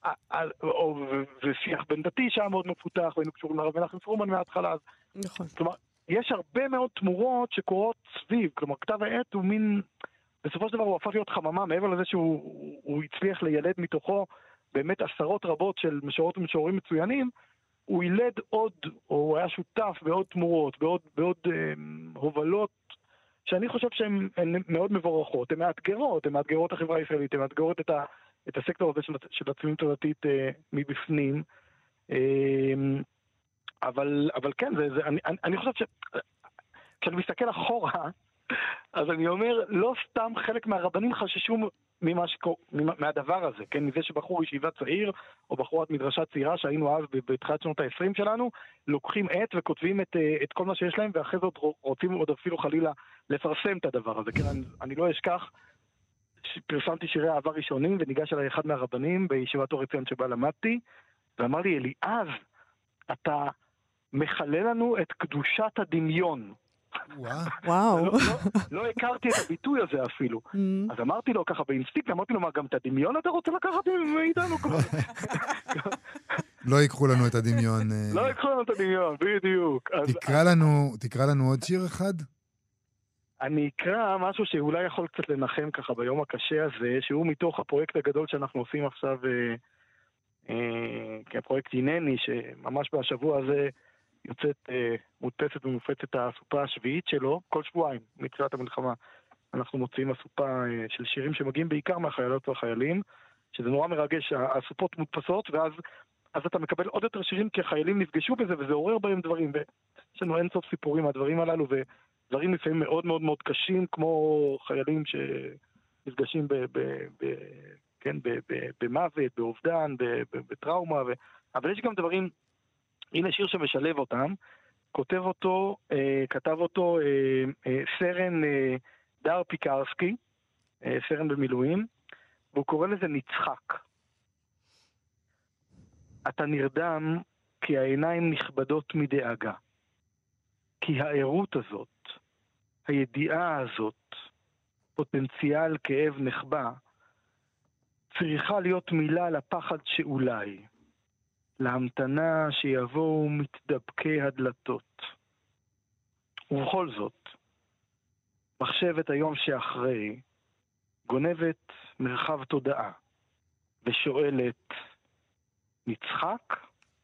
ושיח בין דתי שהיה מאוד מפותח, והיינו קשורים לרב מנחם פרומן מההתחלה. נכון. כלומר, יש הרבה מאוד תמורות שקורות סביב, כלומר, כתב העת הוא מין, בסופו של דבר הוא הפך להיות חממה, מעבר לזה שהוא הוא הצליח לילד מתוכו באמת עשרות רבות של משוררות ומשוררים מצוינים, הוא ילד עוד, או הוא היה שותף בעוד תמורות, בעוד, בעוד אה, הובלות, שאני חושב שהן מאוד מבורכות, הן מאתגרות, הן מאתגרות החברה הישראלית, הן מאתגרות את, ה, את הסקטור הזה של, של הציונות הדתית אה, מבפנים. אה, אבל, אבל כן, זה, זה, אני, אני, אני חושב ש... כשאני מסתכל אחורה, אז אני אומר, לא סתם חלק מהרבנים חששו ממה שקור... מהדבר הזה, כן? מזה שבחור ישיבה צעיר, או בחורת מדרשה צעירה, שהיינו אז בתחילת שנות ה-עשרים שלנו, לוקחים עת וכותבים את, את כל מה שיש להם, ואחרי זאת רוצים עוד אפילו חלילה לפרסם את הדבר הזה, כן? אני, אני לא אשכח, פרסמתי שירי אהבה ראשונים, וניגש אליי אחד מהרבנים בישיבת אור עציון שבה למדתי, ואמר לי, אליעז, אתה מחלל לנו את קדושת הדמיון. וואו. לא הכרתי את הביטוי הזה אפילו. אז אמרתי לו ככה באינסטינקט, אמרתי לו, מה, גם את הדמיון אתה רוצה לקחת מאיתנו? לא ייקחו לנו את הדמיון. לא ייקחו לנו את הדמיון, בדיוק. תקרא לנו עוד שיר אחד? אני אקרא משהו שאולי יכול קצת לנחם ככה ביום הקשה הזה, שהוא מתוך הפרויקט הגדול שאנחנו עושים עכשיו, כפרויקט עינני, שממש בשבוע הזה יוצאת, מודפסת ומופצת הסופה השביעית שלו, כל שבועיים, מתחילת המלחמה. אנחנו מוציאים הסופה של שירים שמגיעים בעיקר מהחיילות והחיילים, שזה נורא מרגש, הסופות מודפסות, ואז אז אתה מקבל עוד יותר שירים כי החיילים נפגשו בזה, וזה עורר בהם דברים, ויש לנו אין סוף סיפורים מהדברים הללו, ודברים לפעמים מאוד מאוד מאוד קשים, כמו חיילים שנפגשים ב, ב, ב, כן, ב, ב, במוות, באובדן, ב, ב, בטראומה, ו... אבל יש גם דברים, הנה שיר שמשלב אותם, כותב אותו, אה, כתב אותו אה, אה, סרן אה, דר פיקרסקי, אה, סרן במילואים, והוא קורא לזה נצחק. אתה נרדם כי העיניים נכבדות מדאגה. כי הערות הזאת, הידיעה הזאת, פוטנציאל כאב נחבא, צריכה להיות מילה לפחד שאולי. להמתנה שיבואו מתדבקי הדלתות. ובכל זאת, מחשבת היום שאחרי גונבת מרחב תודעה ושואלת, נצחק?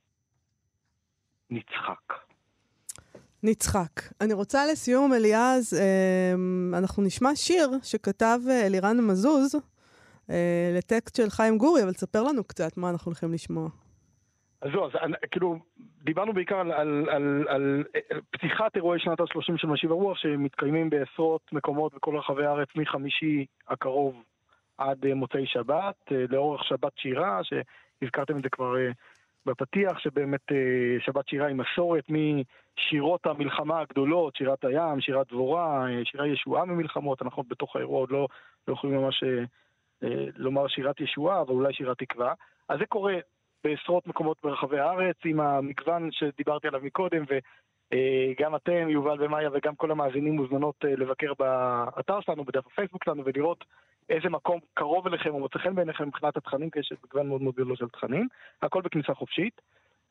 נצחק. נצחק. אני רוצה לסיום, אליעז, אנחנו נשמע שיר שכתב אלירן מזוז לטקסט של חיים גורי, אבל תספר לנו קצת מה אנחנו הולכים לשמוע. אז זהו, אז כאילו, דיברנו בעיקר על, על, על, על פתיחת אירועי שנת ה-שלושים של משיב הרוח, שמתקיימים בעשרות מקומות בכל רחבי הארץ מחמישי הקרוב עד מוצאי שבת, לאורך שבת שירה, שהזכרתם את זה כבר בפתיח, שבאמת שבת שירה היא מסורת משירות המלחמה הגדולות, שירת הים, שירת דבורה, שירה ישועה ממלחמות, אנחנו בתוך האירוע עוד לא, לא יכולים ממש לומר שירת ישועה, אבל אולי שירת תקווה. אז זה קורה בעשרות מקומות ברחבי הארץ, עם המגוון שדיברתי עליו מקודם, וגם אתם, יובל ומאיה, וגם כל המאזינים מוזמנות לבקר באתר שלנו, בדף הפייסבוק שלנו, ולראות איזה מקום קרוב אליכם או מוצא חן בעיניכם מבחינת התכנים, כי יש מגוון מאוד מאוד גדול של תכנים, הכל בכניסה חופשית.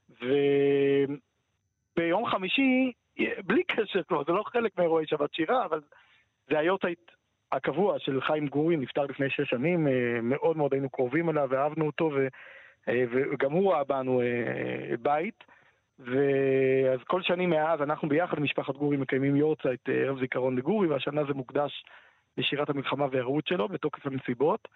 וביום חמישי, בלי קשר, לא, זה לא חלק מאירועי שבת שירה, אבל זה היורצייט הקבוע של חיים גורי, נפטר לפני שש שנים, מאוד מאוד היינו קרובים אליו, ואהבנו אותו, ו... וגם הוא ראה בנו בית, ואז כל שנים מאז אנחנו ביחד עם משפחת גורי מקיימים יורצייט ערב זיכרון לגורי, והשנה זה מוקדש לשירת המלחמה והערבות שלו בתוקף הנסיבות,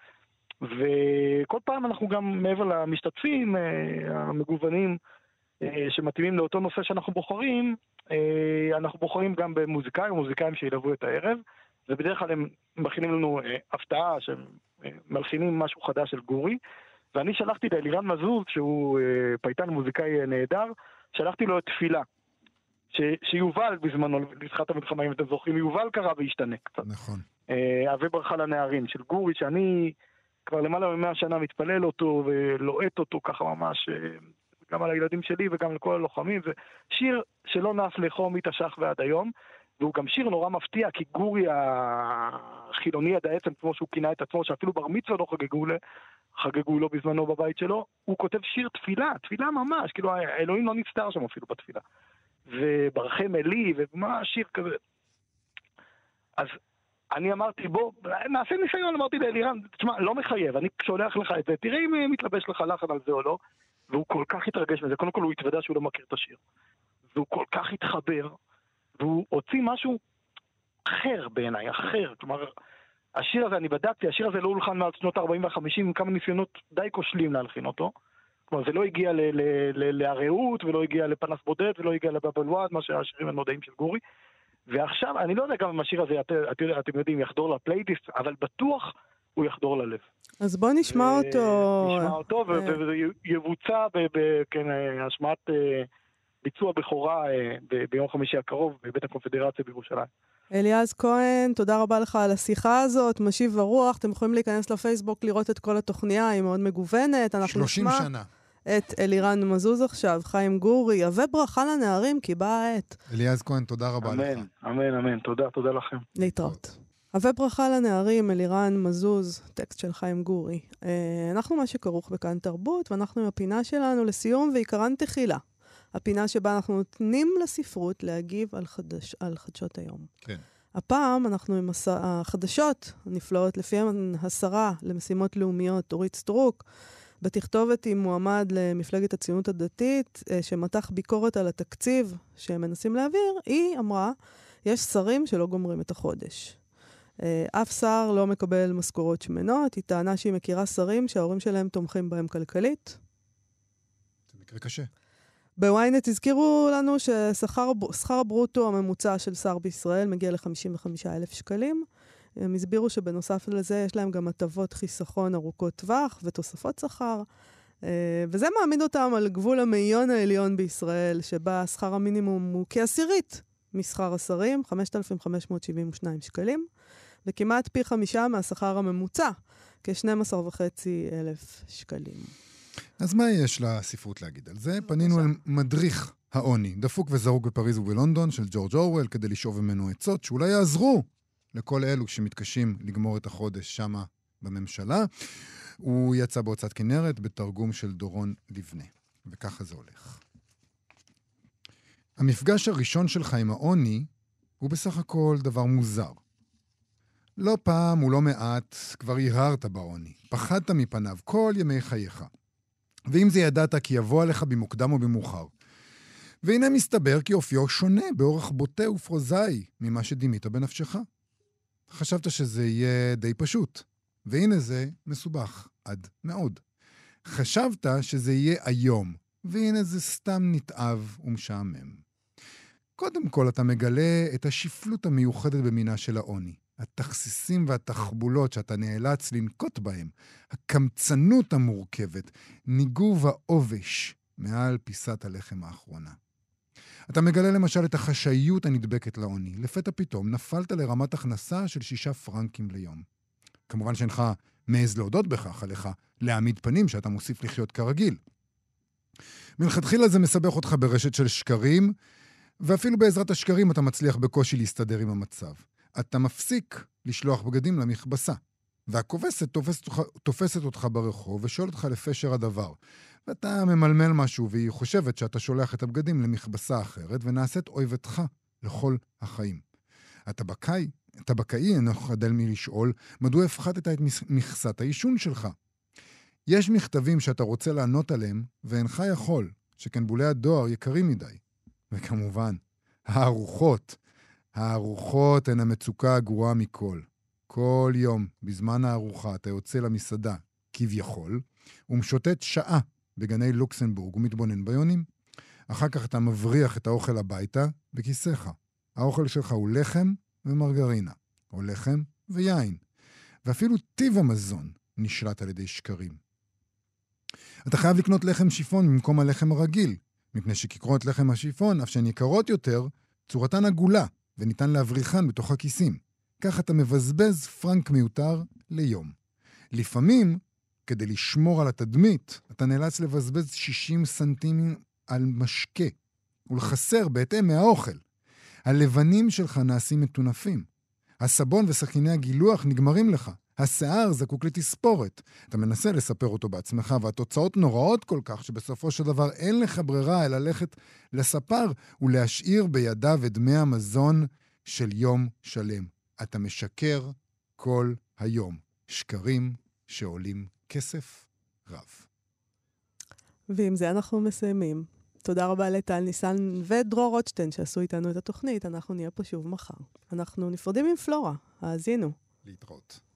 וכל פעם אנחנו גם מעבר למשתתפים המגוונים שמתאימים לאותו נושא שאנחנו בוחרים, אנחנו בוחרים גם במוזיקאים ומוזיקאים שילוו את הערב, ובדרך כלל הם מכינים לנו הפתעה שמלחינים משהו חדש של גורי, ואני שלחתי לאלירן מזוז, שהוא אה, פייטן מוזיקאי נהדר, שלחתי לו את תפילה, ש, שיובל בזמנו, לזכת המלחמה, אם אתם זוכרים, יובל קרא והשתנה קצת. נכון. אה, אבי ברכה לנערים של גורי, שאני כבר למעלה ממאה שנה מתפלל אותו, ולועט אותו ככה ממש, אה, גם על הילדים שלי וגם לכל הלוחמים, זה שיר שלא נס לחום מתש"ח ועד היום, והוא גם שיר נורא מפתיע, כי גורי החילוני עד העצם, כמו שהוא כינה את עצמו, שאפילו בר מצווה לא חגגו לה, חגגו לו בזמנו בבית שלו, הוא כותב שיר תפילה, תפילה ממש, כאילו האלוהים לא נסתר שם אפילו בתפילה. וברחם אלי, ומה שיר כזה. אז אני אמרתי, בוא, נעשה ניסיון, אמרתי לאלירן, תשמע, לא מחייב, אני שולח לך את זה, תראה אם מתלבש לך לחן על זה או לא, והוא כל כך התרגש מזה, קודם כל הוא התוודע שהוא לא מכיר את השיר. והוא כל כך התחבר, והוא הוציא משהו אחר בעיניי, אחר, כלומר, השיר הזה, אני בדקתי, השיר הזה לא הולחן מעל שנות ה-ארבעים וה-חמישים, עם כמה ניסיונות די כושלים להלחין אותו. כלומר, זה לא הגיע להרעות, ולא הגיע לפנס בודד, ולא הגיע לבבלוואד, מה שהשירים הנודעים של גורי. ועכשיו, אני לא יודע גם אם השיר הזה, את, את, אתם יודעים, יחדור לפלייליסט, אבל בטוח הוא יחדור ללב. אז בוא נשמע אותו. נשמע אותו, וזה יבוצע בהשמעת ביצוע בכורה ביום חמישי הקרוב, בבית הקונפדרציה בירושלים. אליעז כהן, תודה רבה לך על השיחה הזאת, משיב הרוח, אתם יכולים להיכנס לפייסבוק לראות את כל התוכניה, היא מאוד מגוונת. שלושים שנה. את אלירן מזוז עכשיו, חיים גורי, אבי ברכה לנערים, כי באה העת. אליעז כהן, תודה רבה אמן, לך. אמן, אמן, אמן, תודה, תודה לכם. להתראות. אבי ברכה לנערים, אלירן מזוז, טקסט של חיים גורי. אנחנו מה שכרוך בכאן תרבות, ואנחנו עם הפינה שלנו לסיום ועיקרן תחילה. הפינה שבה אנחנו נותנים לספרות להגיב על, חדש, על חדשות היום. כן. הפעם אנחנו עם הס... החדשות הנפלאות, לפיהן השרה למשימות לאומיות, אורית סטרוק, בתכתובת עם מועמד למפלגת הציונות הדתית, שמתח ביקורת על התקציב שהם מנסים להעביר, היא אמרה, יש שרים שלא גומרים את החודש. אף שר לא מקבל משכורות שמנות, היא טענה שהיא מכירה שרים שההורים שלהם תומכים בהם כלכלית. זה מקרה קשה. בוויינט הזכירו לנו ששכר הברוטו הממוצע של שר בישראל מגיע ל-חמישים וחמישה אלף שקלים. הם הסבירו שבנוסף לזה יש להם גם הטבות חיסכון ארוכות טווח ותוספות שכר. וזה מעמיד אותם על גבול המאיון העליון בישראל, שבה שכר המינימום הוא כעשירית משכר השרים, חמשת אלפים חמש מאות שבעים ושניים שקלים, וכמעט פי חמישה מהשכר הממוצע, כ-שנים עשר וחצי אלף שקלים. אז מה יש לספרות להגיד על זה? פנינו אל מדריך העוני, דפוק וזרוק בפריז ובלונדון, של ג'ורג' אורוול, כדי לשאוב ממנו עצות, שאולי יעזרו לכל אלו שמתקשים לגמור את החודש שמה בממשלה. הוא יצא בהוצאת כנרת בתרגום של דורון לבנה. וככה זה הולך. המפגש הראשון שלך עם העוני הוא בסך הכל דבר מוזר. לא פעם ולא מעט כבר הרהרת בעוני, פחדת מפניו כל ימי חייך. ואם זה ידעת כי יבוא עליך במוקדם או במאוחר. והנה מסתבר כי אופיו שונה באורח בוטה ופרוזאי ממה שדימית בנפשך. חשבת שזה יהיה די פשוט, והנה זה מסובך עד מאוד. חשבת שזה יהיה היום, והנה זה סתם נתעב ומשעמם. קודם כל אתה מגלה את השפלות המיוחדת במינה של העוני. התכסיסים והתחבולות שאתה נאלץ לנקוט בהם, הקמצנות המורכבת, ניגוב העובש מעל פיסת הלחם האחרונה. אתה מגלה למשל את החשאיות הנדבקת לעוני. לפתע פתאום נפלת לרמת הכנסה של שישה פרנקים ליום. כמובן שאינך מעז להודות בכך עליך להעמיד פנים שאתה מוסיף לחיות כרגיל. מלכתחילה זה מסבך אותך ברשת של שקרים, ואפילו בעזרת השקרים אתה מצליח בקושי להסתדר עם המצב. אתה מפסיק לשלוח בגדים למכבסה, והכובסת תופסת, תופסת אותך ברחוב ושואל אותך לפשר הדבר. ואתה ממלמל משהו והיא חושבת שאתה שולח את הבגדים למכבסה אחרת ונעשית אויבתך לכל החיים. אתה בקאי, אתה בקאי אינו חדל מלשאול מדוע הפחתת את מכסת האישון שלך. יש מכתבים שאתה רוצה לענות עליהם ואינך יכול, שכן בולי הדואר יקרים מדי. וכמובן, הארוחות, הארוחות הן המצוקה הגרועה מכל. כל יום, בזמן הארוחה, אתה יוצא למסעדה, כביכול, ומשוטט שעה בגני לוקסנבורג ומתבונן ביונים. אחר כך אתה מבריח את האוכל הביתה בכיסך. האוכל שלך הוא לחם ומרגרינה, או לחם ויין. ואפילו טיב המזון נשלט על ידי שקרים. אתה חייב לקנות לחם שיפון במקום הלחם הרגיל, מפני שכיכרות לחם השיפון, אף שהן יקרות יותר, צורתן עגולה, וניתן להבריחן בתוך הכיסים. כך אתה מבזבז פרנק מיותר ליום. לפעמים, כדי לשמור על התדמית, אתה נאלץ לבזבז שישים סנטימים על משקה, ולחסר בהתאם מהאוכל. הלבנים שלך נעשים מטונפים. הסבון וסכיני הגילוח נגמרים לך. השיער זקוק לתספורת. אתה מנסה לספר אותו בעצמך, והתוצאות נוראות כל כך שבסופו של דבר אין לך ברירה אלא ללכת לספר ולהשאיר בידיו את דמי המזון של יום שלם. אתה משקר כל היום. שקרים שעולים כסף רב. ועם זה אנחנו מסיימים. תודה רבה לטל ניסן ודרור רוטשטיין שעשו איתנו את התוכנית. אנחנו נהיה פה שוב מחר. אנחנו נפרדים עם פלורה. האזינו. להתראות.